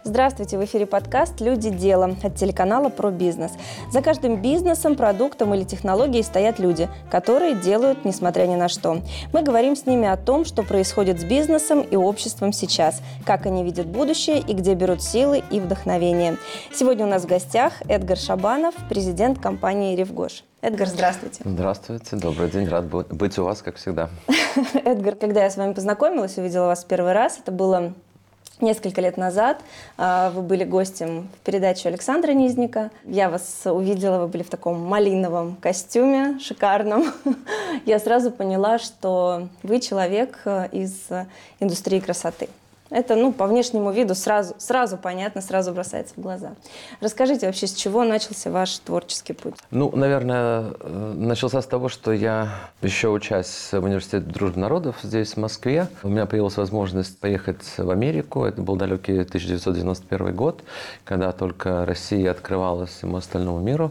Здравствуйте, в эфире подкаст «Люди. Дело» от телеканала «Про бизнес». За каждым бизнесом, продуктом или технологией стоят люди, которые делают, несмотря ни на что. Мы говорим с ними о том, что происходит с бизнесом и обществом сейчас, как они видят будущее и где берут силы и вдохновение. Сегодня у нас в гостях Эдгар Шабанов, президент компании «Ревгош». Эдгар, здравствуйте. Здравствуйте, добрый день, рад быть у вас, как всегда. Эдгар, когда я с вами познакомилась, увидела вас в первый раз, это было несколько лет назад. Вы были гостем в передаче Александра Низника. Я вас увидела, вы были в таком малиновом костюме, шикарном. Я сразу поняла, что вы человек из индустрии красоты. Это, по внешнему виду сразу понятно, сразу бросается в глаза. Расскажите вообще, с чего начался ваш творческий путь? Наверное, начался с того, что я, еще учась в Университете дружбы народов здесь, в Москве, у меня появилась возможность поехать в Америку. Это был далекий 1991 год, когда только Россия открывалась всему остальному миру.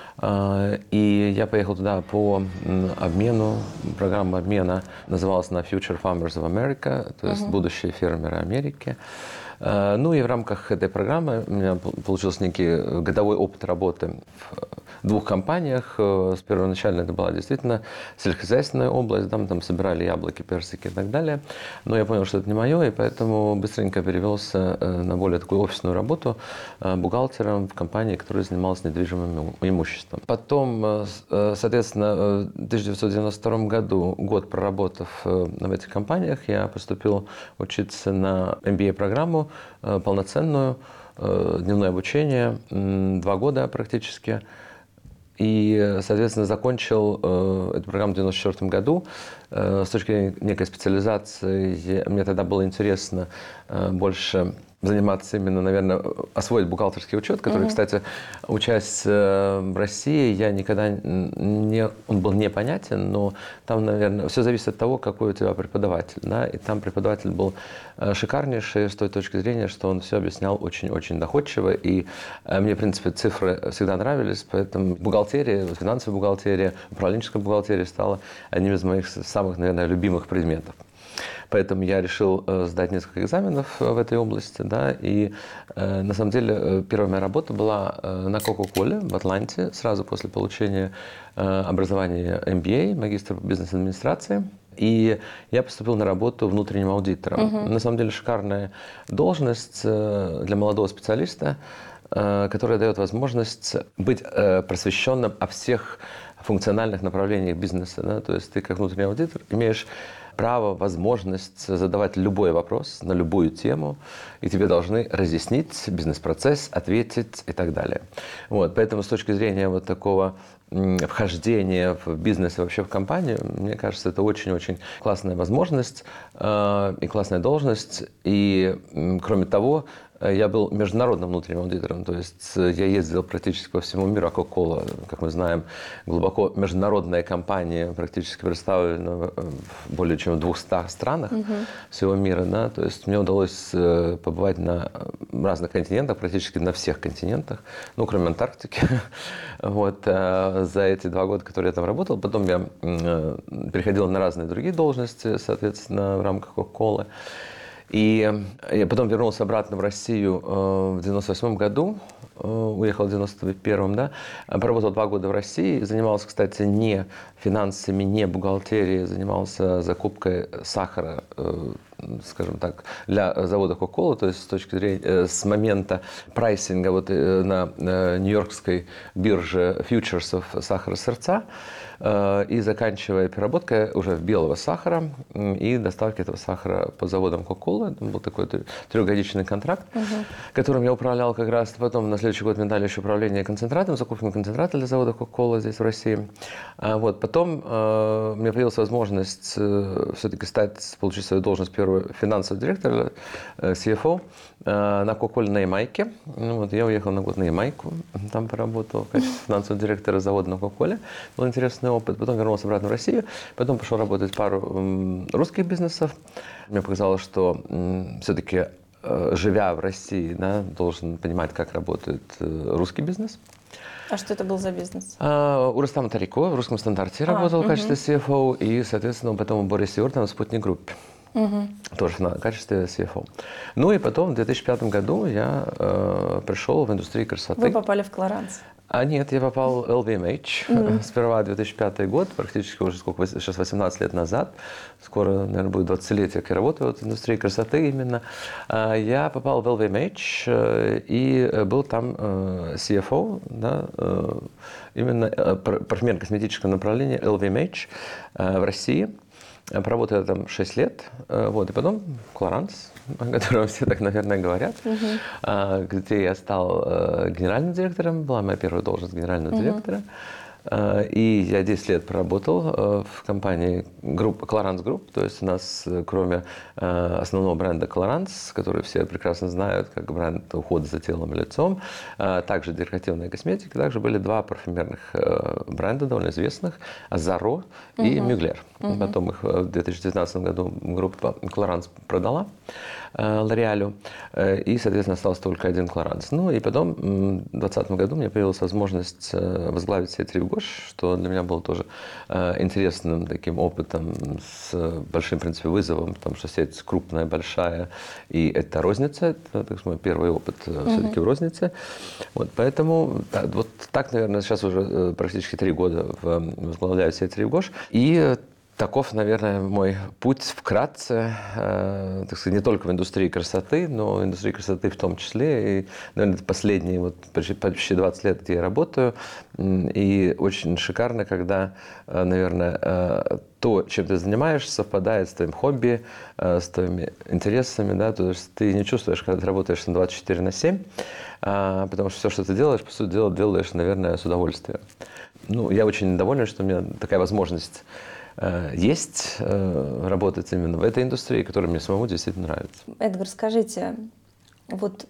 И я поехал туда по обмену. Программа обмена называлась она Future Farmers of America, то есть будущие фермеры Америки. И в рамках этой программы у меня получился некий годовой опыт работы в двух компаниях. Первоначально это была действительно сельскохозяйственная область, там собирали яблоки, персики и так далее. Но я понял, что это не мое, и поэтому быстренько перевелся на более такую офисную работу бухгалтером в компании, которая занималась недвижимым имуществом. Потом, соответственно, в 1992 году, год проработав в этих компаниях, я поступил учиться на MBA-программу, полноценную, дневное обучение, 2 года практически. И, соответственно, закончил эту программу в 1994 году. С точки зрения некой специализации, мне тогда было интересно больше заниматься именно, наверное, освоить бухгалтерский учет, который, кстати, учась в России, я никогда он был непонятен, но там, наверное, все зависит от того, какой у тебя преподаватель, да, и там преподаватель был шикарнейший с той точки зрения, что он все объяснял очень-очень доходчиво, и мне, в принципе, цифры всегда нравились, поэтому бухгалтерия, финансовая бухгалтерия, управленческая бухгалтерия стала одним из моих самых, наверное, любимых предметов. Поэтому я решил сдать несколько экзаменов в этой области, да, и на самом деле первая моя работа была на Кока-Коле в Атланте, сразу после получения образования MBA, магистр по бизнес-администрации. И я поступил на работу внутренним аудитором. На самом деле шикарная должность для молодого специалиста, которая дает возможность быть просвещенным о всех функциональных направлениях бизнеса. Да? То есть ты как внутренний аудитор имеешь право, возможность задавать любой вопрос на любую тему, и тебе должны разъяснить бизнес-процесс, ответить и так далее. Поэтому с точки зрения такого вхождения в бизнес и вообще в компанию, мне кажется, это очень-очень классная возможность и классная должность. И, кроме того, я был международным внутренним аудитором, то есть я ездил практически по всему миру, а Coca-Cola, как мы знаем, глубоко международная компания, практически представлена в более чем 200 странах всего мира, да? То есть мне удалось побывать на разных континентах, практически на всех континентах, кроме Антарктики, за эти 2 года, которые я там работал. Потом я переходил на разные другие должности, соответственно, в рамках Coca-Cola. И я потом вернулся обратно в Россию в 1998 году, уехал в 1991, да, поработал 2 года в России, занимался, кстати, не финансами, не бухгалтерией, занимался закупкой сахара, скажем так, для завода Coca-Cola, то есть с точки зрения, с момента прайсинга на нью-йоркской бирже фьючерсов сахара-сырца, и заканчивая переработкой уже белого сахара и доставки этого сахара по заводам Coca-Cola. Это был такой 3-годичный контракт, которым я управлял как раз. Потом на следующий год мне дали еще управление концентратом, закупкой концентрата для завода Coca-Cola здесь в России. Потом у меня появилась возможность все-таки получить свою должность первого финансового директора, CFO, на Coca-Cola на Ямайке. Я уехал на год на Ямайку, там поработал в качестве финансового директора завода на Coca-Cola. Был интересный опыт. Потом вернулся обратно в Россию, потом пошел работать в пару русских бизнесов. Мне показалось, что все-таки, живя в России, да, должен понимать, как работает русский бизнес. А что это был за бизнес? У Рустама Тарико в «Русском стандарте» работал в качестве CFO, и, соответственно, потом у Бориса Юртова в «Спутник Группе». тоже в качестве CFO. Ну и потом в 2005 году я пришел в индустрию красоты. Вы попали в Clarins. Нет, я попал в LVMH. Сперва 2005 год, практически уже сейчас 18 лет назад. Скоро, наверное, будет 20-летие, как я работаю в индустрии красоты именно. Я попал в LVMH и был там CFO, да, именно парфюмерно косметического направления LVMH в России. Проработал я там 6 лет, вот, и потом Clarins, о котором все так, наверное, говорят, где я стал генеральным директором, была моя первая должность генерального директора. И я 10 лет проработал в компании Clarins Group, то есть у нас, кроме основного бренда Clarins, который все прекрасно знают, как бренд ухода за телом и лицом, также декоративная косметика, также были два парфюмерных бренда, довольно известных, Azaro и Mugler. Потом их в 2019 году группа Clarins продала L'Oréal, и, соответственно, остался только один Clarins. Ну и потом в 2020 году мне появилась возможность возглавить сеть Rive Gauche, что для меня было тоже интересным таким опытом, с большим, в принципе, вызовом, потому что сеть крупная, большая, и это розница, это, так сказать, мой первый опыт все-таки в рознице. Вот, поэтому, да, вот так, наверное, сейчас уже практически 3 года возглавляю сеть Rive Gauche. И таков, наверное, мой путь вкратце, так сказать, не только в индустрии красоты, но в индустрии красоты в том числе. И, наверное, это последние вот почти 20 лет, где я работаю. И очень шикарно, когда, наверное, то, чем ты занимаешься, совпадает с твоим хобби, с твоими интересами. Да? То есть ты не чувствуешь, когда ты работаешь на 24/7, потому что все, что ты делаешь, по сути дела, делаешь, наверное, с удовольствием. Ну, я очень доволен, что у меня такая возможность есть работать именно в этой индустрии, которая мне самому действительно нравится. Эдгар, скажите, вот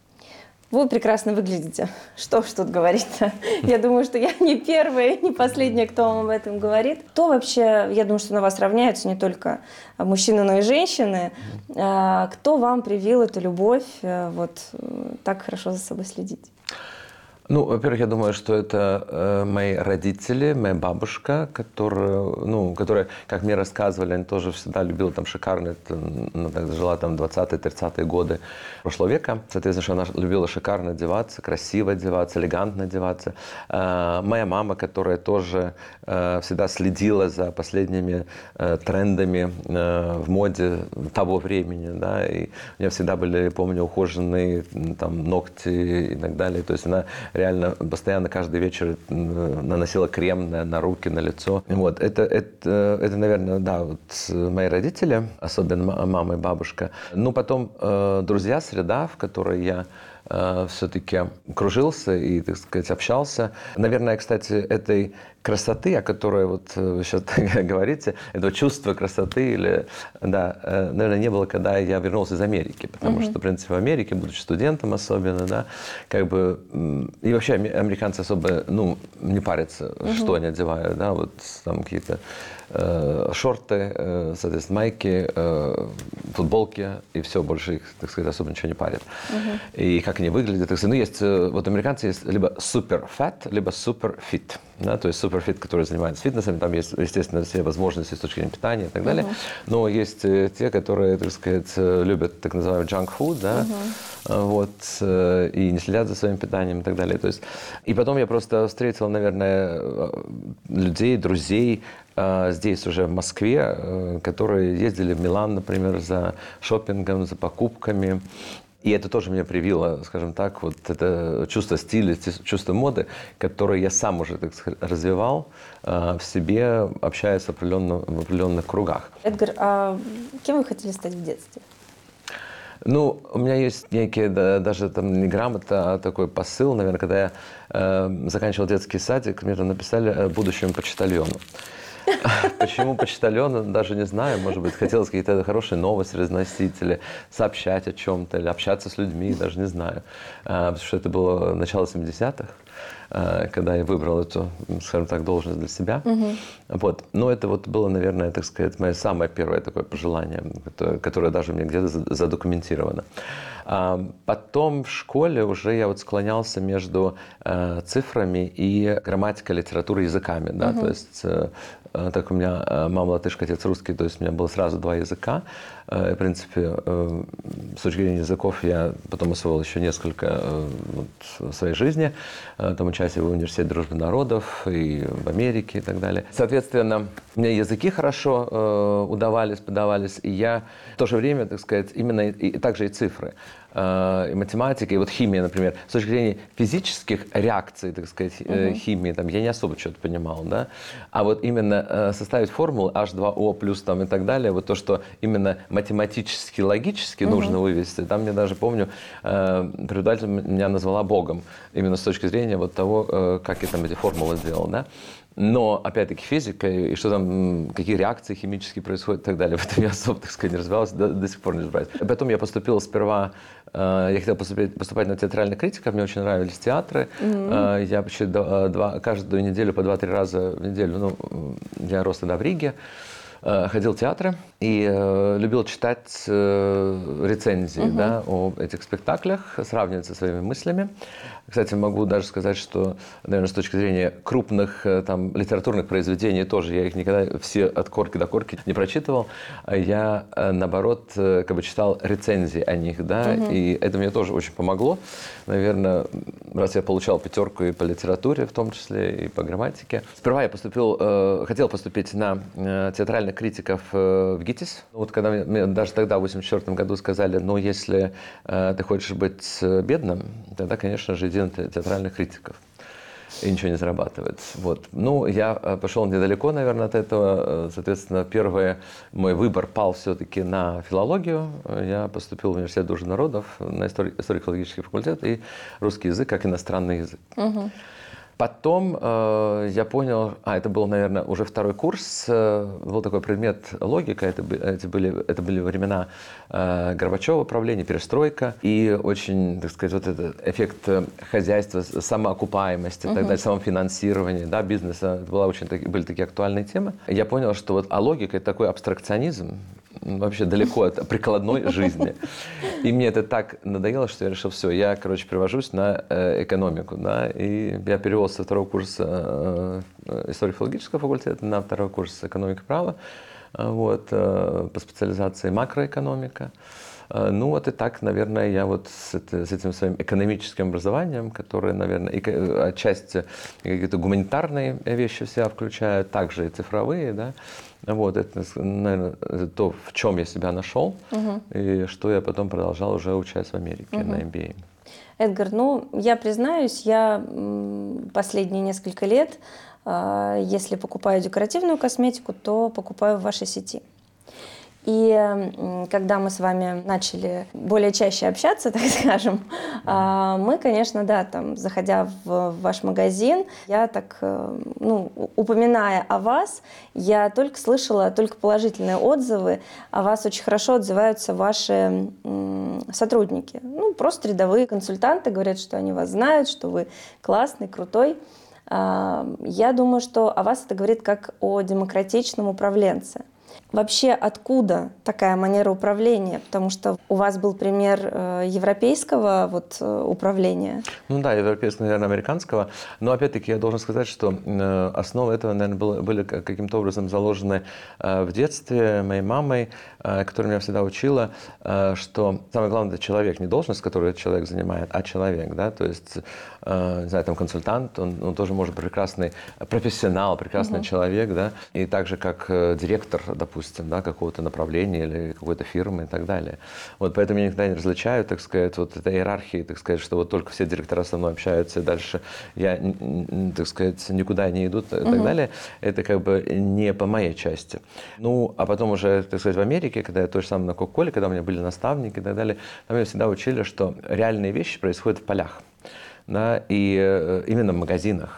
вы прекрасно выглядите. Что ж тут говорить-то? Я думаю, что я не первая, не последняя, кто вам об этом говорит. Кто вообще, я думаю, что на вас равняются не только мужчины, но и женщины. Кто вам привил эту любовь вот так хорошо за собой следить? Ну, во-первых, я думаю, что это мои родители, моя бабушка, которая, как мне рассказывали, они тоже всегда любила там шикарные, она жила там 20-30-е годы прошлого века. Соответственно, что она любила шикарно одеваться, красиво одеваться, элегантно одеваться. Моя мама, которая тоже всегда следила за последними трендами в моде того времени, да, и у нее всегда были, помню, ухоженные там ногти и так далее. То есть она реально постоянно каждый вечер наносила крем на руки, на лицо. Вот. Это, наверное, да, вот мои родители, особенно мама и бабушка. Ну, потом друзья, среда, в которой я все-таки кружился и, так сказать, общался. Наверное, кстати, этой красоты, о которой вот вы сейчас говорите, этого чувства красоты, или, да, наверное, не было, когда я вернулся из Америки, потому что, в принципе, в Америке, будучи студентом особенно, да, как бы, и вообще американцы особо, ну, не парятся, что они одевают, да, вот там какие-то шорты, соответственно, майки, футболки, и все, больше их, так сказать, особо ничего не парит. И как они выглядят, так сказать, ну, есть, вот американцы есть либо супер fat, либо супер fit, да, то есть супер fit, который занимается фитнесом, там есть, естественно, все возможности с точки зрения питания и так далее, но есть те, которые, так сказать, любят так называемый junk food, да, вот, и не следят за своим питанием и так далее, то есть, и потом я просто встретил, наверное, людей, друзей, здесь уже в Москве, которые ездили в Милан, например, за шопингом, за покупками. И это тоже меня привило, скажем так, вот это чувство стиля, чувство моды, которое я сам уже, так сказать, развивал в себе, общаясь в определенных кругах. Эдгар, а кем вы хотели стать в детстве? Ну, у меня есть некие, даже там не грамота, а такой посыл, наверное, когда я заканчивал детский садик, мне там написали будущему почтальону. Почему почтальон, даже не знаю, может быть, хотелось какие-то хорошие новости разносить или сообщать о чем-то, или общаться с людьми, даже не знаю. Потому что это было начало 70-х. когда я выбрал эту, скажем так, должность для себя. Вот. Но это вот было, наверное, так сказать, мое самое первое такое пожелание, которое даже у меня где-то задокументировано. Потом в школе уже я вот склонялся между цифрами и грамматикой, литературой, языками. Да? То есть, так как у меня мама латышка, отец русский, то есть у меня было сразу два языка. В принципе, с точки зрения языков я потом освоил еще несколько в своей жизни. Там участие в университете дружбы народов и в Америке и так далее. Соответственно, мне языки хорошо удавались, подавались, и я в то же время, так сказать, именно и также и цифры. И математика, и вот химия, например. С точки зрения физических реакций, так сказать, химии, там, я не особо что-то понимал, да. А вот именно составить формулу H2O плюс там и так далее, вот то, что именно математически, логически нужно вывести, там я даже помню, преподаватель меня назвала Богом, именно с точки зрения вот того, как я там эти формулы сделал, да. Но, опять-таки, физика, и что там, какие реакции химические происходят и так далее, в этом я особо, так сказать, не разбирался, до сих пор не разбираюсь. Потом я поступил сперва, я хотел поступать на театральный критик, мне очень нравились театры. Я почти каждую неделю, по 2-3 раза в неделю, ну, я рос тогда в Риге, ходил в театры и любил читать рецензии да, о этих спектаклях, сравнивать со своими мыслями. Кстати, могу даже сказать, что, наверное, с точки зрения крупных там, литературных произведений тоже, я их никогда все от корки до корки не прочитывал. Я, наоборот, как бы читал рецензии о них, да, и это мне тоже очень помогло. Наверное, раз я получал 5 и по литературе, в том числе, и по грамматике. Сперва я хотел поступить на театральных критиков в ГИТИС. Вот когда мне даже тогда, в 1984 году, сказали, ну, если ты хочешь быть бедным, тогда, конечно же, иди на театральных критиков. И ничего не зарабатывает. Вот. Ну, я пошел недалеко, наверное, от этого. Соответственно, первый мой выбор пал все-таки на филологию. Я поступил в университет дружбы народов, на историко-филологический факультет и русский язык как иностранный язык. Потом я понял, это был, наверное, уже 2-й курс, был такой предмет логика, это были времена Горбачева, правления, перестройка, и очень, так сказать, вот этот эффект хозяйства, самоокупаемости, так далее, самофинансирования, да, бизнеса, были такие актуальные темы. Я понял, что вот логика – это такой абстракционизм, вообще далеко от прикладной жизни. И мне это так надоело, что я решил, все, я, короче, перевожусь на экономику, да, и я перевелся со 2-го курса историко-филологического факультета на 2-й курс экономика права, вот, по специализации макроэкономика. Ну вот и так, наверное, я вот с этим своим экономическим образованием, которое, наверное, и отчасти какие-то гуманитарные вещи в себя включают, также и цифровые, да, вот это, наверное, то, в чем я себя нашел, и что я потом продолжал уже учась в Америке на MBA. Эдгар, ну, я признаюсь, я последние несколько лет, если покупаю декоративную косметику, то покупаю в вашей сети. И когда мы с вами начали более чаще общаться, так скажем, мы, конечно, да, там, заходя в ваш магазин, я так, ну, упоминая о вас, я только слышала только положительные отзывы, о вас очень хорошо отзываются ваши сотрудники. Ну, просто рядовые консультанты говорят, что они вас знают, что вы классный, крутой. Я думаю, что о вас это говорит как о демократичном управленце. Вообще, откуда такая манера управления? Потому что у вас был пример европейского вот, управления. Ну да, европейского, наверное, американского. Но опять-таки я должен сказать, что основы этого, наверное, были каким-то образом заложены в детстве моей мамой, которая меня всегда учила, что самое главное – это человек, не должность, которую человек занимает, а человек. Да? То есть, не знаю, там консультант, он тоже может быть прекрасный профессионал, прекрасный человек, да? И так же, как директор, допустим, да, какого-то направления или какой-то фирмы и так далее. Вот поэтому я никогда не различаю, так сказать, вот этой иерархии, так сказать, что вот только все директора со мной общаются, и дальше я, так сказать, никуда не иду и так далее. Это как бы не по моей части. Ну, а потом уже, так сказать, в Америке, когда я то же самое на Кока-Коле, когда у меня были наставники и так далее, там меня всегда учили, что реальные вещи происходят в полях, да, и именно в магазинах.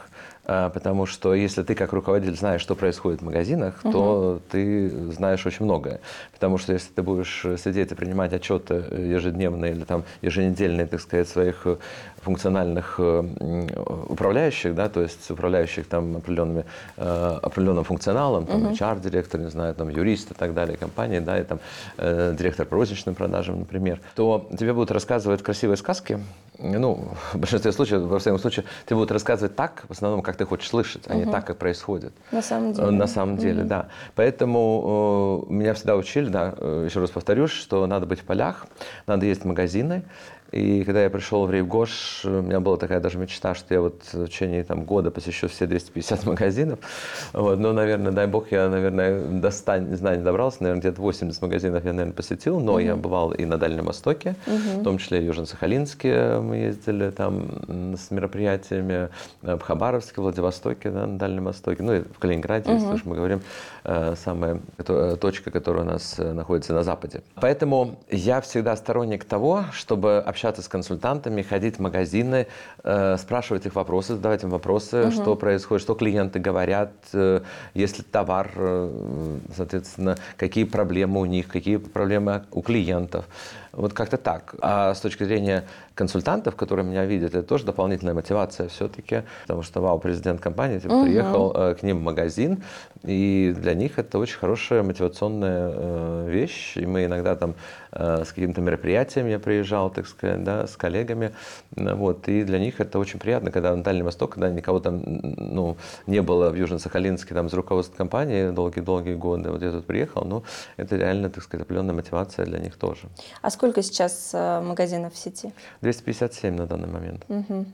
Потому что если ты как руководитель знаешь, что происходит в магазинах, то ты знаешь очень многое. Потому что если ты будешь сидеть и принимать отчеты ежедневные или там еженедельные, так сказать, своих функциональных управляющих, да, то есть управляющих там определенным функционалом, там, HR-директор, не знаю, там, юрист и так далее, компании, да, и там директор по розничным продажам, например, то тебе будут рассказывать красивые сказки. Ну, в большинстве случаев, во всяком случае, тебе будут рассказывать так, в основном, как ты хочешь слышать, а не так, как происходит. На самом деле. На самом деле, да. Поэтому меня всегда учили, да, еще раз повторюсь, что надо быть в полях, надо ездить в магазины. И когда я пришел в Рейвгош, у меня была такая даже мечта, что я вот в течение там, года посещу все 250 магазинов. Вот. Но, наверное, дай бог, я, наверное, не знаю, не добрался. Наверное, где-то 80 магазинов я, наверное, посетил. Но я бывал и на Дальнем Востоке, в том числе и в Южно-Сахалинске мы ездили там с мероприятиями, в Хабаровске, в Владивостоке, да, на Дальнем Востоке. Ну и в Калининграде, если уж мы говорим, самая точка, которая у нас находится на Западе. Поэтому я всегда сторонник того, чтобы общаться с консультантами, ходить в магазины, спрашивать их вопросы, задавать им вопросы, что происходит, что клиенты говорят, есть ли товар, соответственно, какие проблемы у них, какие проблемы у клиентов. Вот как-то так. А с точки зрения консультантов, которые меня видят, это тоже дополнительная мотивация все-таки, потому что, вау, президент компании приехал к ним в магазин, и для них это очень хорошая мотивационная вещь. И мы иногда там с каким-то мероприятием я приезжал, так сказать, да, с коллегами, вот, и для них это очень приятно, когда на Дальнем Востоке, когда никого там, ну, не было в Южно-Сахалинске там из руководства компании долгие-долгие годы, вот я тут приехал, ну, это реально, так сказать, определенная мотивация для них тоже. А сколько сейчас магазинов в сети? 257 на данный момент.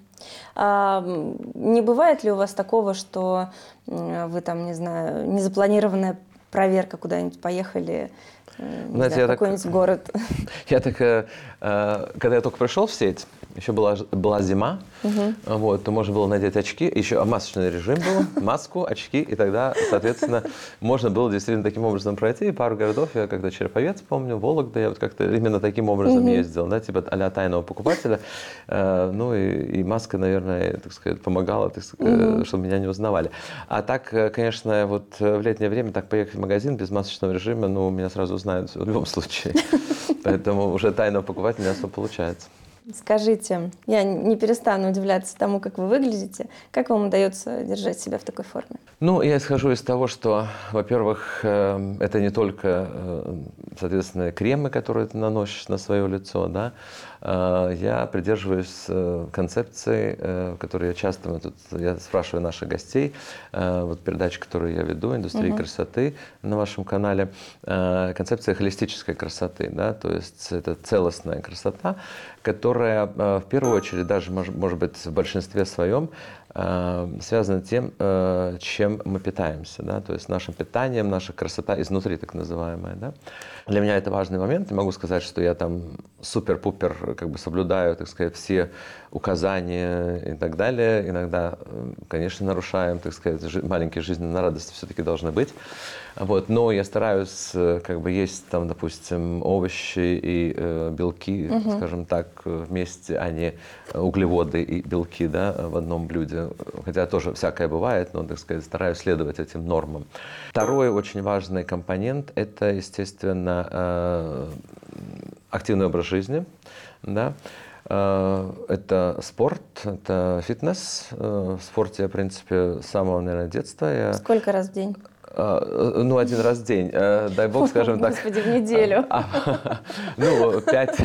А не бывает ли у вас такого, что вы там, не знаю, незапланированная проверка куда-нибудь поехали, в какой-нибудь город? Я так, когда я только пришел в сеть, еще была зима, вот, то можно было надеть очки, еще масочный режим был, маску, очки, и тогда, соответственно, можно было действительно таким образом пройти. Пару городов, я когда Череповец помню, Вологда, я вот как-то именно таким образом ездил, да, типа а-ля тайного покупателя. Ну и маска, наверное, так сказать, помогала, так сказать, чтобы меня не узнавали. А так, конечно, вот в летнее время так поехать в магазин без масочного режима, ну, меня сразу узнают в любом случае. Поэтому уже тайного покупателя не особо получается. Скажите, я не перестану удивляться тому, как вы выглядите. Как вам удается держать себя в такой форме? Ну, я исхожу из того, что, во-первых, это не только, соответственно, кремы, которые ты наносишь на свое лицо, да. Я придерживаюсь концепции, которую я часто, я спрашиваю наших гостей, вот передачи, которую я веду, «Индустрия красоты» на вашем канале, концепция холистической красоты, да, то есть это целостная красота, которая в первую очередь, даже, может быть, в большинстве своем, связано с тем, чем мы питаемся, да, то есть нашим питанием, наша красота изнутри, так называемая, да. Для меня это важный момент. Не могу сказать, что я там супер-пупер как бы соблюдаю, так сказать, все указания и так далее. Иногда, конечно, нарушаем, так сказать, маленькие жизненные радости все-таки должны быть. Вот. Но я стараюсь как бы есть там, допустим, овощи и белки, скажем так, вместе, а не углеводы и белки, да, в одном блюде. Хотя тоже всякое бывает, но, так сказать, стараюсь следовать этим нормам. Второй очень важный компонент – это, естественно, активный образ жизни, да. Это спорт, это фитнес. В спорте я, в принципе, с самого, наверное, детства. Сколько раз в день? Ну, один раз в день, дай бог, скажем так. Господи, в неделю. Ну,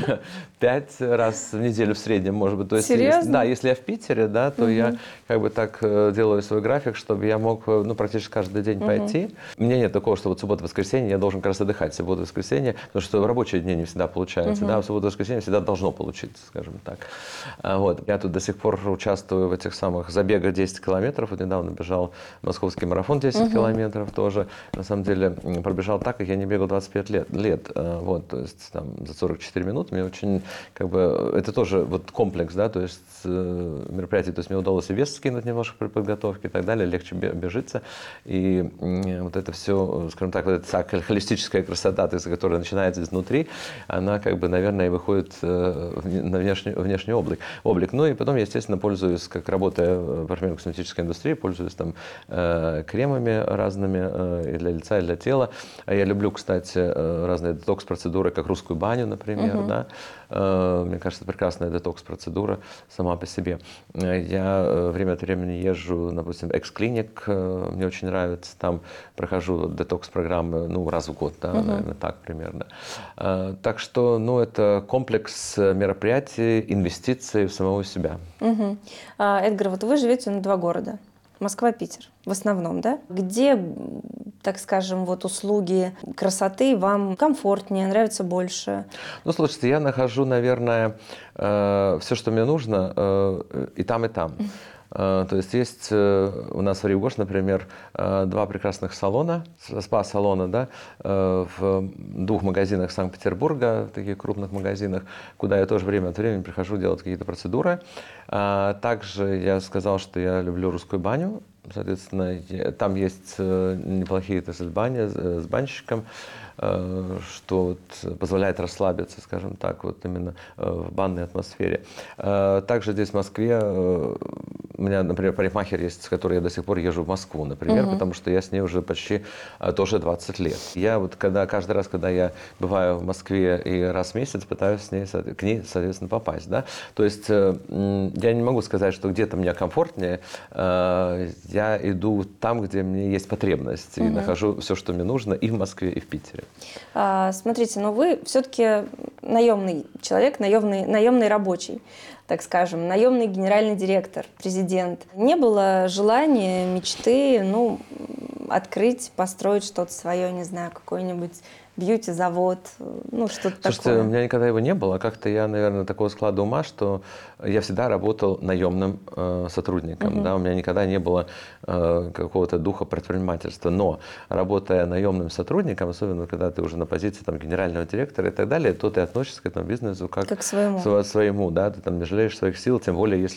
5 раз в неделю в среднем, может быть. То есть, серьезно? Да, если я в Питере, да, то я как бы так делаю свой график, чтобы я мог, ну, практически каждый день пойти. У меня нет такого, что вот суббота-воскресенье я должен как раз отдыхать. Суббота-воскресенье, потому что в рабочие дни не всегда получается, да, в субботу-воскресенье всегда должно получиться, скажем так. Вот. Я тут до сих пор участвую в этих самых забегах 10 километров. Вот недавно бежал московский марафон 10 километров. тоже, на самом деле, пробежал так, как я не бегал 25 лет. Вот, то есть там за 44 минуты мне очень, как бы, это тоже вот комплекс, да, то есть мероприятие, то есть мне удалось и вес скинуть немножко при подготовке и так далее, легче бежится. И вот это все, скажем так, вот эта холистическая красота, то есть, которая начинается изнутри, она, как бы, наверное, выходит на внешний облик. Ну и потом, естественно, пользуюсь, как работая в парфюмерно-косметической индустрии, пользуюсь там кремами разными и для лица, и для тела. Я люблю, кстати, разные детокс-процедуры, как русскую баню, например, да. Мне кажется, прекрасная детокс-процедура сама по себе. Я время от времени езжу, допустим, Экс-клиник, мне очень нравится, там прохожу детокс-программы, ну, раз в год, да, наверное, так примерно. Так что, ну, это комплекс мероприятий, инвестиций в самого себя. Эдгар, вот вы живете на 2 города. Москва, Питер, в основном, да? Где, так скажем, вот услуги красоты вам комфортнее, нравится больше? Ну, слушайте, я нахожу, наверное, все, что мне нужно, и там, и там. То есть у нас в Риу-Гош, например, 2 прекрасных салона, спа-салона, да, в 2 магазинах Санкт-Петербурга, таких крупных магазинах, куда я тоже время от времени прихожу делать какие-то процедуры. Также я сказал, что я люблю русскую баню. Соответственно, там есть неплохие, так сказать, бани с банщиком, что вот позволяет расслабиться, скажем так, вот именно в банной атмосфере. Также здесь в Москве у меня, например, парикмахер есть, с которой я до сих пор езжу в Москву, например, потому что я с ней уже почти тоже 20 лет. Я вот каждый раз, когда я бываю в Москве и раз в месяц пытаюсь к ней, соответственно, попасть, да. То есть я не могу сказать, что где-то мне комфортнее, я иду там, где мне есть потребность, и нахожу все, что мне нужно, и в Москве, и в Питере. Смотрите, но вы все-таки наемный человек, наемный рабочий, так скажем, наемный генеральный директор, президент. Не было желания, мечты, ну, открыть, построить что-то свое, не знаю, какой-нибудь бьюти-завод, ну, что-то такое? Слушайте, у меня никогда его не было. Как-то я, наверное, такого склада ума, что я всегда работал наемным сотрудником. Да? У меня никогда не было какого-то духа предпринимательства. Но, работая наемным сотрудником, особенно когда ты уже на позиции там, генерального директора и так далее, то ты относишься к этому бизнесу как к своему. Да? Ты там не жалеешь своих сил, тем более, если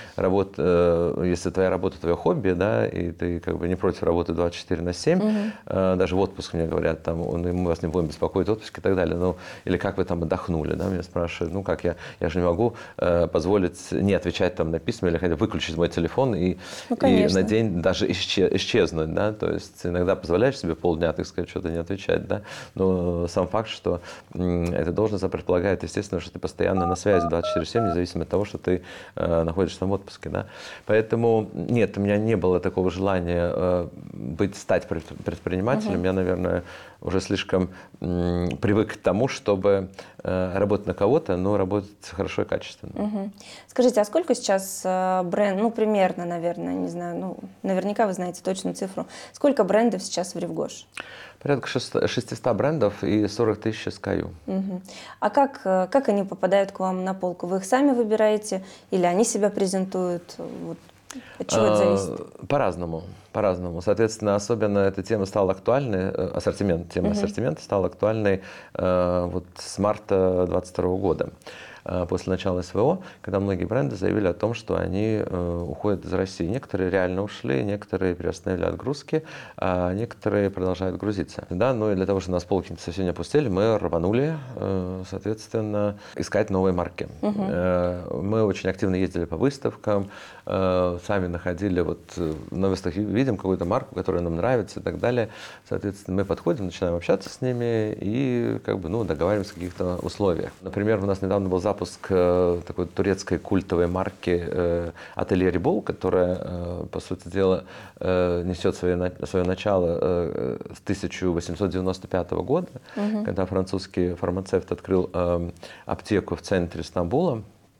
если твоя работа твое хобби, да, и ты как бы не против работы 24/7, даже в отпуск мне говорят, там, мы вас не будем беспокоить, отпуск и так далее. Ну, или как вы там отдохнули, да, меня спрашивают, ну как я же не могу позволить не отвечать там на письма или хотя бы выключить мой телефон и на день даже исчезнуть, да, то есть иногда позволяешь себе полдня, так сказать, что-то не отвечать, да, но сам факт, что эта должность предполагает, естественно, что ты постоянно на связи 24/7, независимо от того, что ты находишься в отпуске, да, поэтому нет, у меня не было такого желания стать предпринимателем, я, наверное, уже слишком привык к тому, чтобы работать на кого-то, но работать хорошо и качественно. Скажите, а сколько сейчас бренд, ну, примерно, наверное, не знаю, ну, наверняка вы знаете точную цифру, сколько брендов сейчас в Ривгош? Порядка 600 брендов и 40 тысяч SKU. А как они попадают к вам на полку? Вы их сами выбираете или они себя презентуют? Вот. От чего это зависит? По-разному. Соответственно, особенно эта тема стала актуальной, тема ассортимента стала актуальной вот с марта 2022 года. После начала СВО, когда многие бренды заявили о том, что они уходят из России. Некоторые реально ушли, некоторые приостановили отгрузки, а некоторые продолжают грузиться. Да? Ну и для того, чтобы нас полки совсем не опустили, мы рванули, соответственно, искать новые марки. Мы очень активно ездили по выставкам, сами находили, вот на выставках видим какую-то марку, которая нам нравится и так далее. Соответственно, мы подходим, начинаем общаться с ними и как бы, ну, договариваемся о каких-то условиях. Например, у нас недавно был запуск такой турецкой культовой марки «Ателье Рибол», которая, по сути дела, несет свое начало с 1895 года, когда французский фармацевт открыл аптеку в центре Стамбула.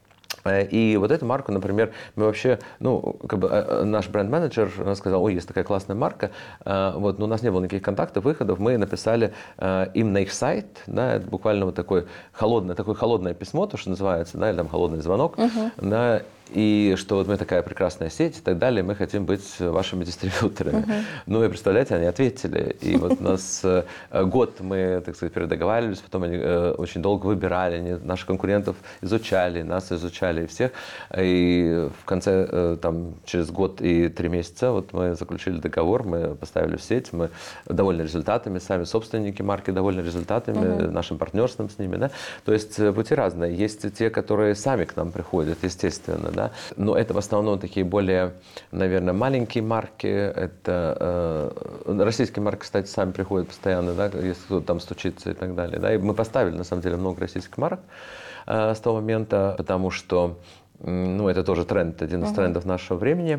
И вот эту марку, например, мы вообще, ну, как бы наш бренд-менеджер сказал: ой, есть такая классная марка, вот, но у нас не было никаких контактов, выходов, мы написали им на их сайт, да, это буквально вот такое холодное письмо, то, что называется, да, или там холодный звонок, да, и что вот мы такая прекрасная сеть и так далее, мы хотим быть вашими дистрибьюторами. Ну и представляете, они ответили. И вот у нас год мы, так сказать, передоговаривались, потом они очень долго выбирали, они наших конкурентов изучали, нас изучали и всех. И в конце, там, через год и 3 месяца вот мы заключили договор, мы поставили в сеть, мы довольны результатами, сами собственники марки довольны результатами, нашим партнерством с ними, да. То есть пути разные. Есть те, которые сами к нам приходят, естественно, да. Но это в основном такие более, наверное, маленькие марки. Это российские марки, кстати, сами приходят постоянно, да, если кто-то там стучится и так далее. Да. И мы поставили, на самом деле, много российских марок с того момента, потому что, ну, это тоже тренд, один из трендов нашего времени.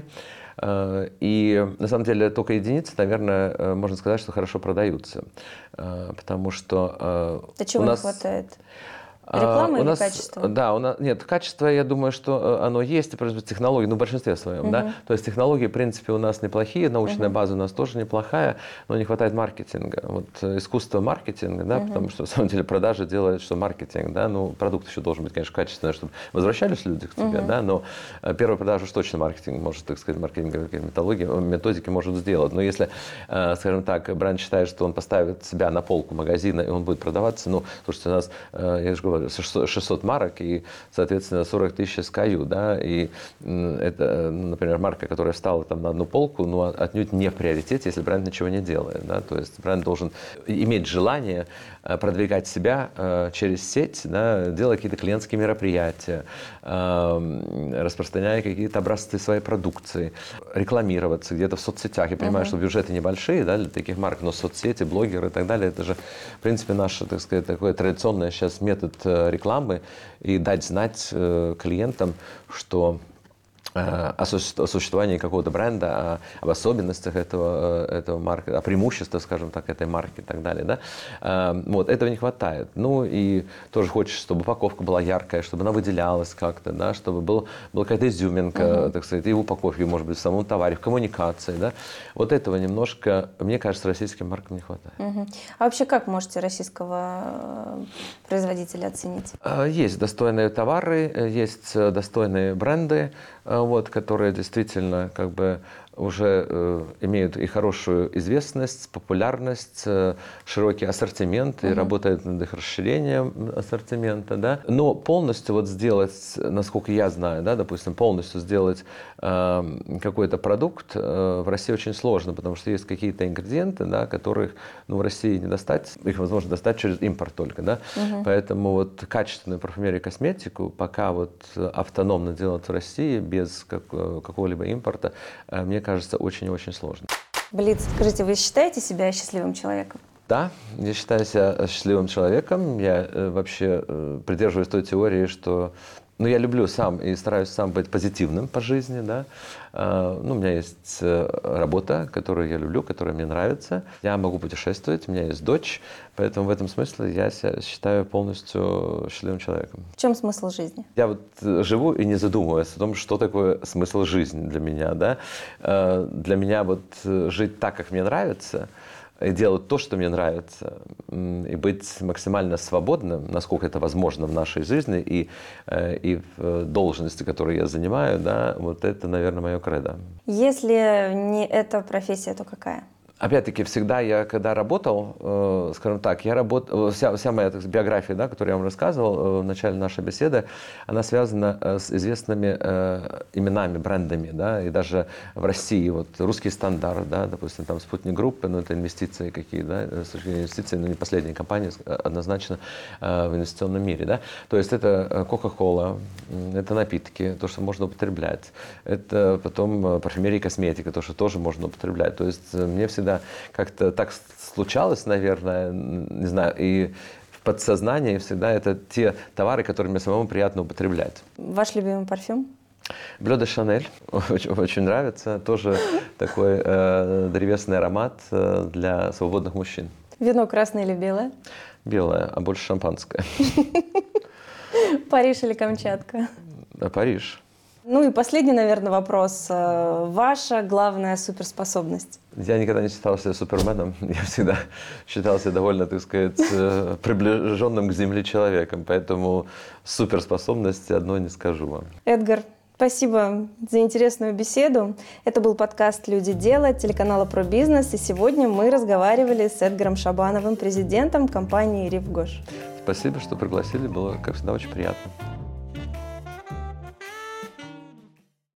И на самом деле только единицы, наверное, можно сказать, что хорошо продаются, потому что Да чего у не нас хватает? Реклама или качество? Да, нет, качество, я думаю, что оно есть, и просто технологии, ну, в большинстве своем, да. То есть технологии, в принципе, у нас неплохие, научная база у нас тоже неплохая, но не хватает маркетинга. Вот искусство маркетинга, да, потому что, на самом деле, продажи делают, что маркетинг, да, ну, продукт еще должен быть, конечно, качественный, чтобы возвращались люди к тебе, да, но первую продажу уж точно маркетинг может, так сказать, маркетинговые методики может сделать. Но если, скажем так, бренд считает, что он поставит себя на полку магазина, и он будет продаваться, ну, слушайте, у нас, я же говорю, 600 марок и, соответственно, 40 тысяч SKU, да, и это, например, марка, которая встала там на одну полку, но отнюдь не в приоритете, если бренд ничего не делает, да, то есть бренд должен иметь желание продвигать себя через сеть, да, делать какие-то клиентские мероприятия, распространяя какие-то образцы своей продукции, рекламироваться где-то в соцсетях. Я понимаю, что бюджеты небольшие, да, для таких марок, но соцсети, блогеры и так далее, это же, в принципе, наш, так сказать, такой традиционный сейчас метод рекламы, и дать знать клиентам, что о существовании какого-то бренда, об особенностях этого марки, о преимуществах, скажем так, этой марки и так далее. Да? Вот, этого не хватает. Ну и тоже хочешь, чтобы упаковка была яркая, чтобы она выделялась как-то, да? Чтобы была какая-то изюминка, так сказать, и в упаковке, может быть, в самом товаре, в коммуникации. Да? Вот этого немножко, мне кажется, российским маркам не хватает. А вообще как можете российского производителя оценить? Есть достойные товары, есть достойные бренды, вот, которые действительно как бы уже имеют и хорошую известность, популярность, широкий ассортимент и работают над их расширением ассортимента, да. Но полностью вот сделать, насколько я знаю, да, допустим, полностью сделать какой-то продукт в России очень сложно, потому что есть какие-то ингредиенты, да, которых, ну, в России не достать, их возможно достать через импорт только, да. Поэтому вот качественную парфюмерию и косметику пока вот автономно делать в России без какого-либо импорта, мне кажется, очень-очень сложно. Блиц, скажите, вы считаете себя счастливым человеком? Да, я считаю себя счастливым человеком. Я вообще придерживаюсь той теории, что, ну, я люблю сам и стараюсь сам быть позитивным по жизни, да. Ну, у меня есть работа, которую я люблю, которая мне нравится. Я могу путешествовать, у меня есть дочь, поэтому в этом смысле я себя считаю полностью счастливым человеком. В чем смысл жизни? Я вот живу и не задумываюсь о том, что такое смысл жизни для меня, да. Для меня вот жить так, как мне нравится, и делать то, что мне нравится, и быть максимально свободным, насколько это возможно в нашей жизни, и в должности, которую я занимаю, да, вот это, наверное, мое кредо. Если не эта профессия, то какая? Опять-таки, всегда я, когда работал, скажем так, я работал, вся моя, так сказать, биография, да, которую я вам рассказывал в начале нашей беседы, она связана с известными именами, брендами, да, и даже в России, вот, русский стандарт, да, допустим, там, Спутник Группы, ну, это инвестиции какие, да, инвестиции, но не последние компании, однозначно в инвестиционном мире, да, то есть это Coca-Cola, это напитки, то, что можно употреблять, это потом парфюмерия и косметика, то, что тоже можно употреблять, то есть мне всегда как-то так случалось, наверное, не знаю, и в подсознании всегда это те товары, которые мне самому приятно употреблять. Ваш любимый парфюм? Блeu de Chanel очень нравится, тоже такой древесный аромат для свободных мужчин. Вино красное или белое? Белое, а больше шампанское. Париж или Камчатка? Париж. Ну и последний, наверное, вопрос. Ваша главная суперспособность? Я никогда не считал себя суперменом. Я всегда считал себя довольно, так сказать, приближенным к Земле человеком. Поэтому суперспособности одной не скажу вам. Эдгар, спасибо за интересную беседу. Это был подкаст «Люди дела» телеканала «Про бизнес». И сегодня мы разговаривали с Эдгаром Шабановым, президентом компании «Рив Гош». Спасибо, что пригласили. Было, как всегда, очень приятно.